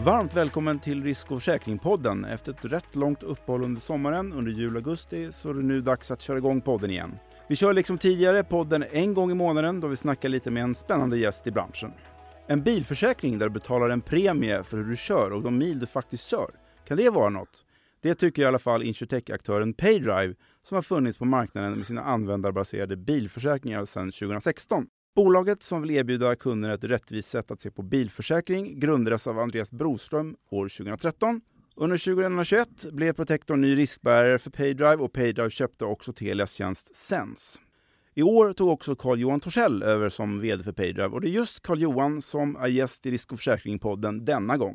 Varmt välkommen till Risk- och försäkringspodden. Efter ett rätt långt uppehåll under sommaren, under jul-augusti, så är det nu dags att köra igång podden igen. Vi kör liksom tidigare podden en gång i månaden då vi snackar lite med en spännande gäst i branschen. En bilförsäkring där du betalar en premie för hur du kör och de mil du faktiskt kör. Kan det vara något? Det tycker i alla fall Insurtech-aktören Paydrive som har funnits på marknaden med sina användarbaserade bilförsäkringar sedan 2016. Bolaget som vill erbjuda kunder ett rättvist sätt att se på bilförsäkring grundades av Andreas Broström år 2013. Under 2021 blev Protector ny riskbärare för Paydrive och Paydrive köpte också Telias tjänst Sense. I år tog också Carl-Johan Torssell över som vd för Paydrive och det är just Carl-Johan som är gäst i Risk- och försäkringspodden denna gång.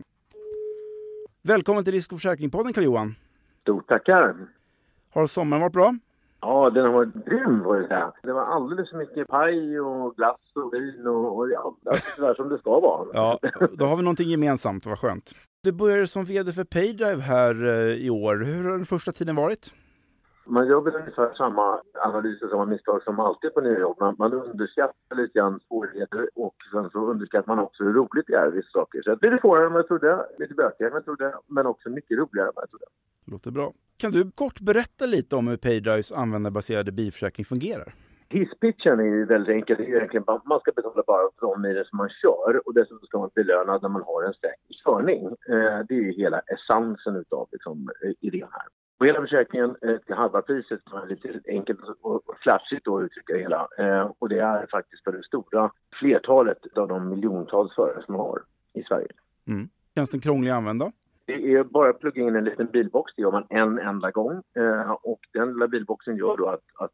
Välkommen till Risk- och försäkringspodden Carl-Johan. Stort tackar. Har sommaren varit bra? Ja, den har varit grym var det där. Det var alldeles för mycket paj och glass och vin och ja, det är som det ska vara. Ja, då har vi någonting gemensamt, vad skönt. Du började som vd för Paydrive här i år. Hur har den första tiden varit? Man gör väl ungefär samma analyser som misstag som alltid på nya jobb. Man underskattar lite grann svårigheter och sen så underskattar man också hur roligt det är vissa saker. Så det är svårare än jag trodde, lite bökigare än jag trodde, men också mycket roligare än jag trodde. Låter bra. Kan du kort berätta lite om hur Paydrives användarbaserade bilförsäkring fungerar? Hisspitchen är ju väldigt enkel. Det är egentligen bara, man ska betala bara för de milen som man kör och dessutom ska man belöna när man har en säker körning. Det är ju hela essensen utav liksom, idén här. Och hela försäkringen till halva priset som är lite enkelt och flashigt då uttrycka det hela. Och det är faktiskt för det stora flertalet av de miljontals förare som har i Sverige. Mm. Känns den krånglig att använda? Det är bara att plugga in en liten bilbox, det gör man en enda gång. Och den lilla bilboxen gör då att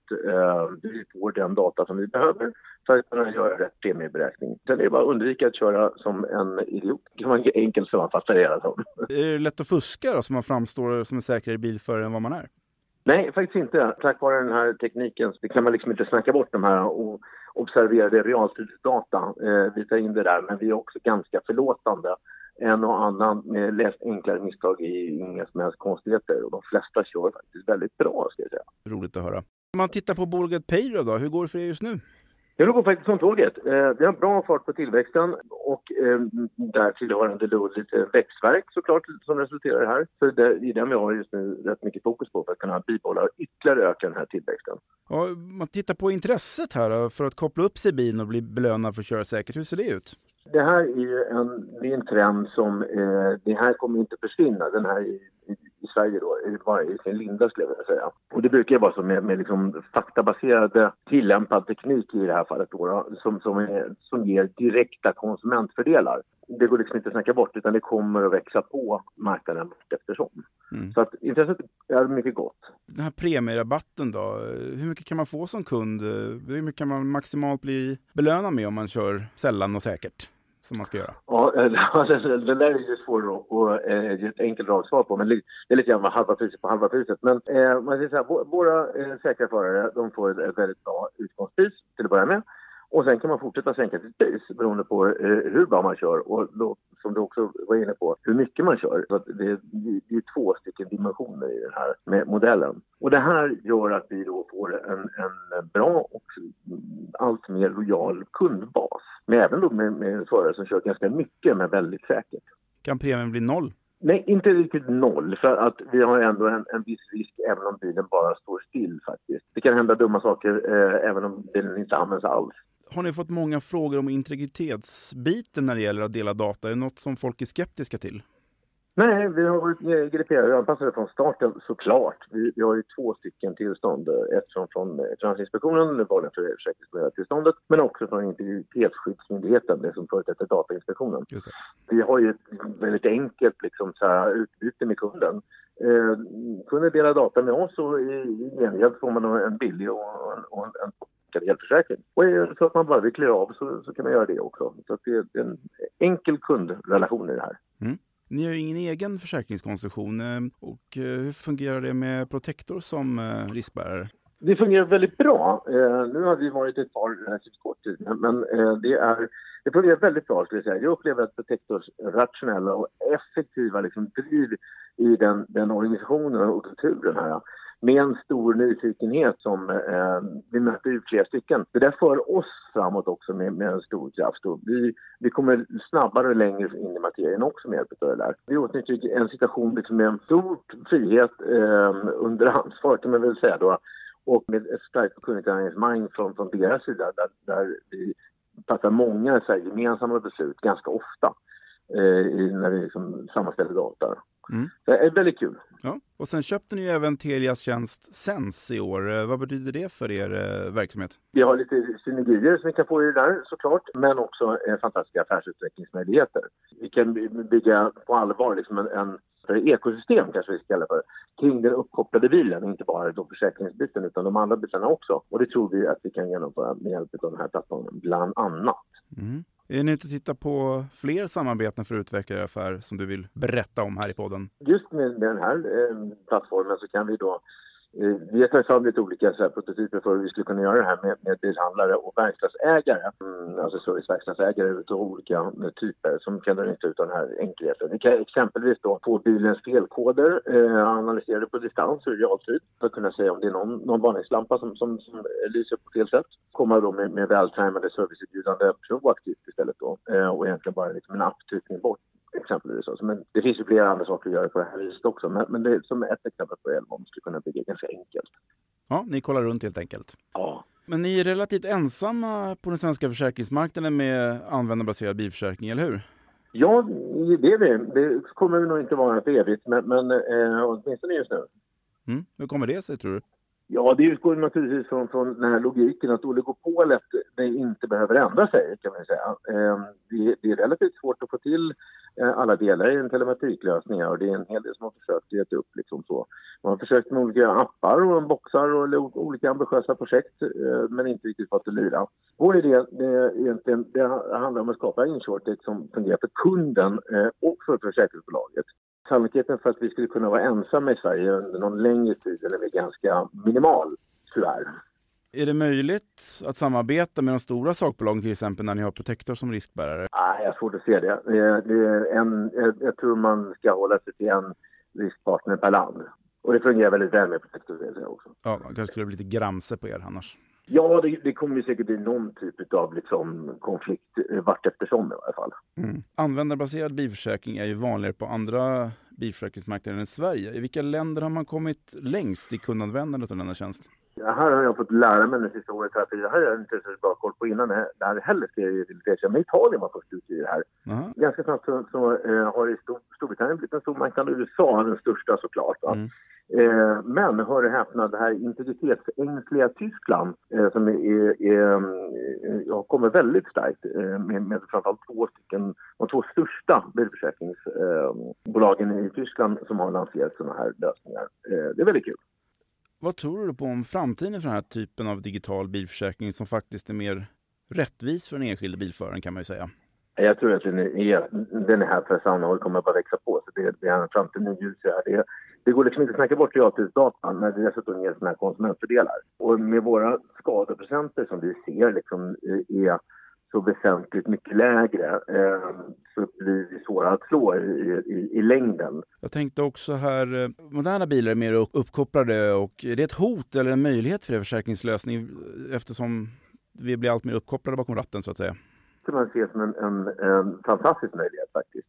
vi får den data som vi behöver för att kunna göra rätt premieberäkning. Sen är det bara att undvika att köra som en idiot. Det kan man enkelt sammanfatta det som. Är det lätt att fuska då, så man framstår som en säkrare bilförare än vad man är? Nej, faktiskt inte. Tack vare den här tekniken så kan man liksom inte snacka bort de här och observera det realtidsdata. Vi tar in det där, men vi är också ganska förlåtande. En och annan med läst enklare misstag i inga som helst konstigheter och de flesta kör faktiskt väldigt bra, ska jag säga. Roligt att höra. Om man tittar på bolaget Paydrive då, hur går det för er just nu? Det går faktiskt som tåget. Vi har bra fart på tillväxten och där tillhörande då lite växtverk såklart som resulterar i det här. Så det är den vi har just nu rätt mycket fokus på för att kunna bibehålla och ytterligare öka den här tillväxten. Ja, man tittar på intresset här då, för att koppla upp sig i bilen och bli belönad för att köra säkert. Hur ser det ut? Det här är ju en trend som, det här kommer inte försvinna. Den här i Sverige då, är bara i sin linda skulle jag vilja säga. Och det brukar vara så med liksom faktabaserade tillämpad teknik i det här fallet då, som ger direkta konsumentfördelar. Det går liksom inte att snacka bort utan det kommer att växa på marknaden eftersom. Så att intresset är mycket gott. Den här premierabatten då, hur mycket kan man få som kund? Hur mycket kan man maximalt bli belönad med om man kör sällan och säkert? Som man ska göra. Ja, det där är ju svårt att ge ett enkelt raksvar på, men det är lite grann halva priset på halva priset. Men man säger så här, våra säkra förare, de får ett väldigt bra utgångspris till att börja med. Och sen kan man fortsätta sänka sitt pris beroende på hur bra man kör och då, som du också var inne på, hur mycket man kör. Så att det är 2 stycken dimensioner i den här med modellen. Och det här gör att vi då får en bra och allt mer lojal kundbas. Men även då med förare som kör ganska mycket men väldigt säkert. Kan premien bli 0? Nej, inte riktigt 0 för att vi har ändå en viss risk även om bilen bara står still faktiskt. Det kan hända dumma saker även om bilen inte används alls. Har ni fått många frågor om integritetsbiten när det gäller att dela data? Är det något som folk är skeptiska till? Nej, vi har varit GDPR-anpassade från starten såklart. Vi har ju 2 stycken tillstånd. Ett från Finansinspektionen, det var den för försäkringsmyndighetstillståndet, men också från Integritetsskyddsmyndigheten, det som företräder Datainspektionen. Just det. Vi har ju ett väldigt enkelt liksom, så här, utbyte med kunden. Kunden delar data med oss och i gengäld får man en billig och en hjälpförsäkring. Och så att man bara vill klä av så kan man göra det också. Så att det är en enkel kundrelation i det här. Mm. Ni har ju ingen egen försäkringskonstruktion och hur fungerar det med Protector som riskbärare? Det fungerar väldigt bra. Nu har vi varit ett par relativt kort tid, men det fungerar väldigt bra skulle jag säga. Jag upplever att Protectors rationella och effektiva liksom, driv i den organisationen och kulturen här med en stor nyfikenhet som vi möter ju flera stycken. Det där för oss framåt också med en stor kraft. Och vi kommer snabbare och längre in i materien också med hjälp av det där. Vi åtnjuter en situation liksom med en stor frihet under ansvar, kan man väl säga då. Och med ett starkt kunnigt engagemang från deras sida där vi fattar många så här, gemensamma beslut ganska ofta när vi liksom sammanställer data. Det är väldigt kul. Ja. Och sen köpte ni ju även Telias tjänst Sense i år. Vad betyder det för er verksamhet? Vi har lite synergier som vi kan få i det där såklart, men också fantastiska affärsutvecklingsmöjligheter. Vi kan bygga på allvar liksom en ekosystem kanske vi ska kalla för, kring den uppkopplade bilen, inte bara då försäkringsbiten utan de andra bitarna också. Och det tror vi att vi kan genomföra med hjälp av den här plattformen, bland annat. Är ni ute och tittar på fler samarbeten för att utveckla affär som du vill berätta om här i podden? Just med den här plattformen så kan vi då vi har tagit fram lite olika så här, prototyper för hur vi skulle kunna göra det här med bilhandlare och verkstadsägare. Alltså serviceverkstadsägare av olika typer som kan dra nytta ut av den här enkelheten. Vi kan exempelvis då få bilens felkoder analyserade på distans och i realtid för att kunna säga om det är någon varningslampa som lyser på fel sätt. Komma då med vältajmade serviceerbjudande proaktivt istället då och egentligen bara liksom en apptryckning bort. Exempelvis. Men det finns ju flera andra saker att göra på det här viset också. Men det är som ett exempel på vad man skulle kunna bygga ganska enkelt. Ja, ni kollar runt helt enkelt. Ja. Men ni är relativt ensamma på den svenska försäkringsmarknaden med användarbaserad bilförsäkring, eller hur? Ja, det är vi. Det kommer nog inte vara för evigt, men åtminstone just nu. Hur kommer det sig, tror du? Ja, det utgår naturligtvis från den här logiken att oligopolet inte behöver ändra sig, kan man säga. Det är relativt svårt att få till alla delar i en telematiklösning och det är en hel del som har försökt ge upp liksom så. Man har försökt med olika appar och boxar och olika ambitiösa projekt men inte riktigt fått att lira. Vår idé det handlar om att skapa en insurtech som fungerar för kunden och för försäkringsbolaget. Sannolikheten för att vi skulle kunna vara ensamma i Sverige under någon längre tid är väl minimal, tyvärr. Är det möjligt att samarbeta med de stora sakbolagen till exempel när ni har Protector som riskbärare? Nej, jag har svårt att se det. Jag tror man ska hålla sig till en riskpartner per land. Och det fungerar väldigt väl med Protector också. Ja, man kanske skulle bli lite gramse på er annars. Ja, det kommer ju säkert bli någon typ av liksom, konflikt vart eftersom i alla fall. Användarbaserad bilförsäkring är ju vanligare på andra bilförsäkringsmarknader än i Sverige. I vilka länder har man kommit längst i kundanvändandet av denna tjänst? Ja, här har jag fått lära mig det sista året här, för det här har jag inte så bra koll på innan det här heller ska jag ju erkänna. Men Italien var först ut i det här. Aha. Ganska snabbt så har det i Storbritannien blivit en stor marknad och USA den största såklart. Men hör det häpna, det här integritetsängsliga Tyskland som kommer väldigt starkt med framförallt de två största bilförsäkringsbolagen i Tyskland som har lanserat sådana här lösningar. Det är väldigt kul. Vad tror du på om framtiden för den här typen av digital bilförsäkring som faktiskt är mer rättvis för den enskilda bilföraren, kan man ju säga? Jag tror att den är här för att stanna och kommer bara växa på. Så det är en framtiden ljus här. Det går liksom inte att snacka bort realtidsdatan när det dessutom ger sådana här konsumentfördelar. Och med våra skadeprocenter som vi ser liksom är så väsentligt mycket lägre så blir det svårare att slå i längden. Jag tänkte också här, moderna bilar är mer uppkopplade och är det ett hot eller en möjlighet för det försäkringslösning eftersom vi blir allt mer uppkopplade bakom ratten så att säga? Det kan man se som en fantastisk möjlighet faktiskt.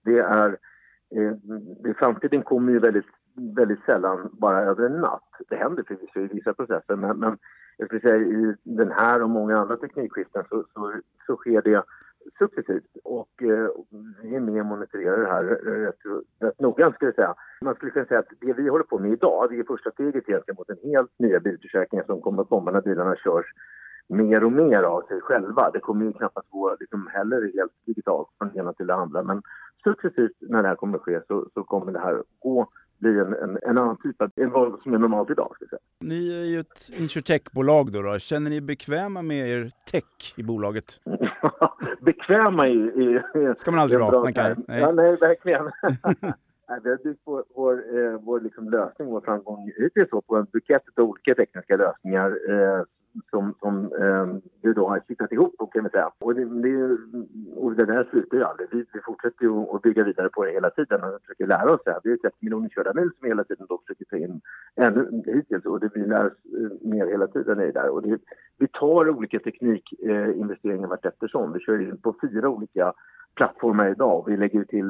Framtiden kommer ju väldigt, väldigt sällan bara över en natt. Det händer förvisso i vissa processer men jag skulle säga i den här och många andra teknikskiften så sker det successivt och vi är med och monitorerar det här rätt noggrant skulle jag säga. Man skulle kunna säga att det vi håller på med idag det är första steget egentligen mot en helt nya bilförsäkringar som kommer att komma när bilarna körs mer och mer av sig själva. Det kommer ju knappast gå liksom heller helt digitalt från det ena till det andra men successivt när det här kommer att ske så kommer det här bli en annan typ av vad som är normalt idag. Ska jag säga. Ni är ju ett insurtech-bolag då. Känner ni bekväma med er tech i bolaget? Bekväma i ska man aldrig vara. Nej. Ja, nej, verkligen. Vi har byggt vår liksom lösning, vår framgång hittills på en bukett av olika tekniska lösningar som vi då har hittat ihop, kan vi säga. Och det där slutar ju aldrig. Vi fortsätter ju att bygga vidare på det hela tiden och försöker lära oss det. Det är 30 miljoner körda mil som hela tiden då försöker ta in ännu hittills, och vi lär oss mer hela tiden i det där. Och vi tar olika teknikinvesteringar vart eftersom. Vi kör in på 4 olika plattformar idag. Vi lägger till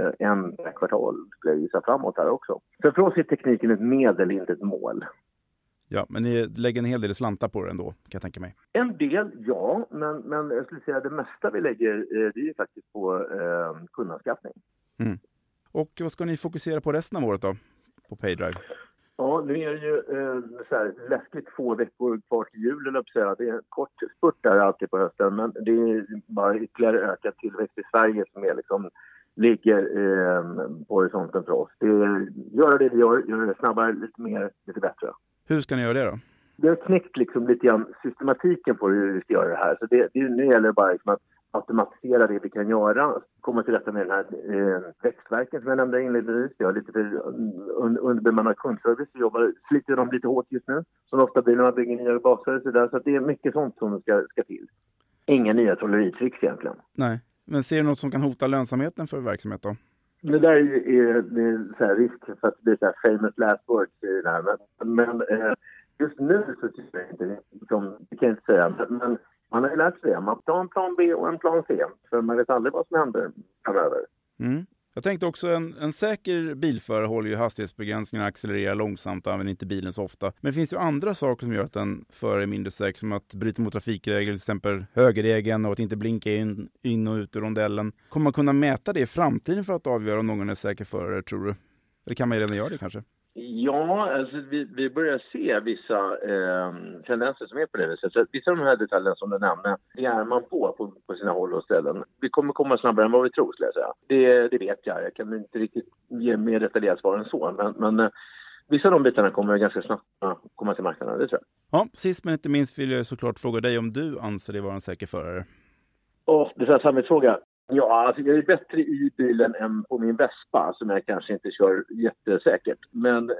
en kvartal, skulle jag gissa, framåt här också. Så för oss är tekniken ett medel, inte ett mål. Ja, men ni lägger en hel del slantar på det ändå, kan jag tänka mig. En del, ja. Men jag skulle säga att det mesta vi lägger, det är ju faktiskt på kundanskaffning. Mm. Och vad ska ni fokusera på resten av året då, på PayDrive? Ja, nu är det ju så här läskigt få veckor kvar till jul, eller säga. Det är en kort spurt där alltid på hösten, men det är bara ytterligare ökad tillväxt i Sverige som är liksom ligger på horisonten för oss. Göra det vi gör det snabbare, lite mer, lite bättre. Hur ska ni göra det då? Det har knäckt liksom lite grann systematiken på hur vi ska göra det här. Så nu gäller det bara liksom att automatisera det vi kan göra. Komma till rätta med den här växtverken som jag nämnde inledningsvis. Jag har lite för underbemannad kundservice. Sliter de lite hårt just nu. Som ofta blir när man bygger nya baser och så där. Så att det är mycket sånt som ska till. Inga nya trolleritricks egentligen. Nej, men ser du något som kan hota lönsamheten för verksamhet då? Det där är så här risk för att det blir så här famous last words i det här. Men just nu så tycker jag inte, det kan jag inte säga, men man har ju lärt sig det. Man tar en plan B och en plan C, för man vet aldrig vad som händer framöver. Mm. Jag tänkte också, en säker bilförare håller ju hastighetsbegränsningar, accelererar långsamt och använder inte bilen så ofta. Men det finns ju andra saker som gör att en förare är mindre säker, som att bryta mot trafikregler, till exempel högerregeln, och att inte blinka in och ut ur rondellen. Kommer man kunna mäta det i framtiden för att avgöra om någon är säker förare, tror du? Eller kan man ju redan göra det kanske? Ja, alltså vi börjar se vissa tendenser som är på det viset. Så vissa av de här detaljerna som du nämnde, det är man på sina håll och ställen. Vi kommer komma snabbare än vad vi tror, skulle jag säga. Det vet jag. Jag kan inte riktigt ge mer detaljerat svar än så. Men vissa av de bitarna kommer ganska snabbt komma till marknaden, det tror jag. Ja, sist men inte minst vill jag såklart fråga dig om du anser dig vara en säker förare. Det är en samhällsfråga. Ja, alltså jag är bättre i bilen än på min Vespa som jag kanske inte kör jättesäkert. Men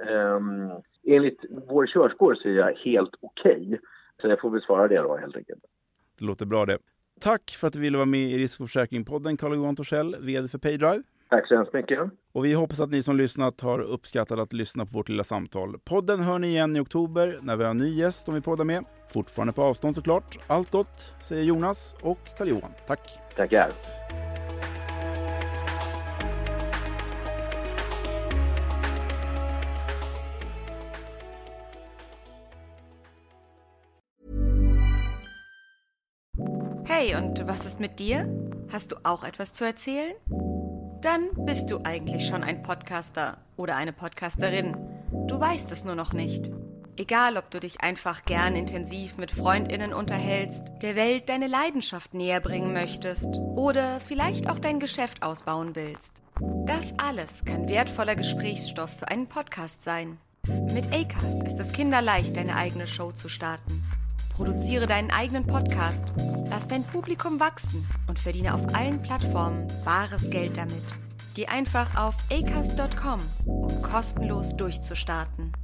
enligt vår körskår så är jag helt okej. Så jag får besvara det då helt enkelt. Det låter bra det. Tack för att du ville vara med i Risk- och försäkringspodden, Carl-Johan Torssell, vd för PayDrive. Tack så hemskt mycket. Och vi hoppas att ni som lyssnat har uppskattat att lyssna på vårt lilla samtal. Podden hör ni igen i oktober när vi har en ny gäst som vi poddar med. Fortfarande på avstånd såklart. Allt gott, säger Jonas och Carl-Johan. Tack. Tackar. Hey, und was ist mit dir? Hast du auch etwas zu erzählen? Dann bist du eigentlich schon ein Podcaster oder eine Podcasterin. Du weißt es nur noch nicht. Egal, ob du dich einfach gern intensiv mit FreundInnen unterhältst, der Welt deine Leidenschaft näher bringen möchtest oder vielleicht auch dein Geschäft ausbauen willst. Das alles kann wertvoller Gesprächsstoff für einen Podcast sein. Mit Acast ist es kinderleicht, deine eigene Show zu starten. Produziere deinen eigenen Podcast, lass dein Publikum wachsen und verdiene auf allen Plattformen bares Geld damit. Geh einfach auf acast.com, um kostenlos durchzustarten.